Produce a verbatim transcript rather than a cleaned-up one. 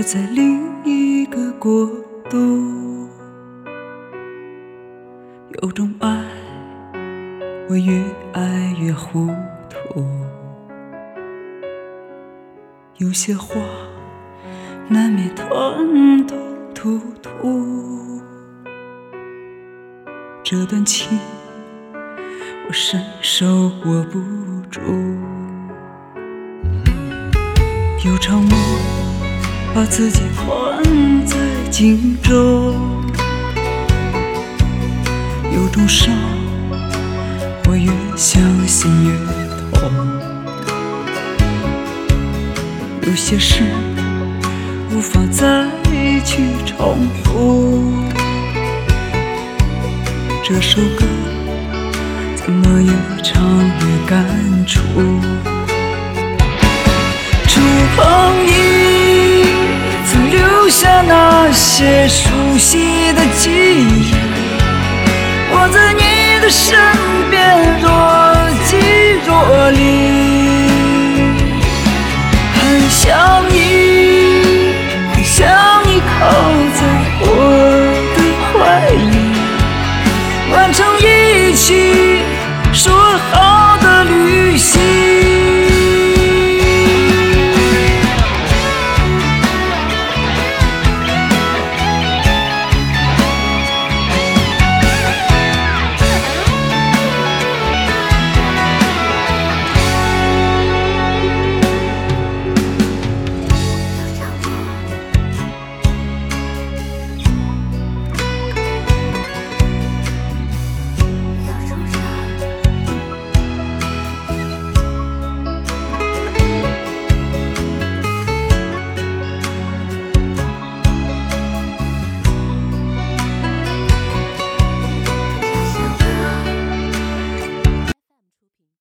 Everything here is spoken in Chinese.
在另一个国度。有种爱，我越爱越糊涂，有些话难免吞吞吐吐。这段情我伸手握不住，有场梦把自己困在镜中，有种伤我越相信越痛，有些事无法再去重复。这首歌怎么越唱越感触，触碰你曾留下那些熟悉的记忆，我在你的身边若即若离，很想你，很想你靠在我的怀里，完成一起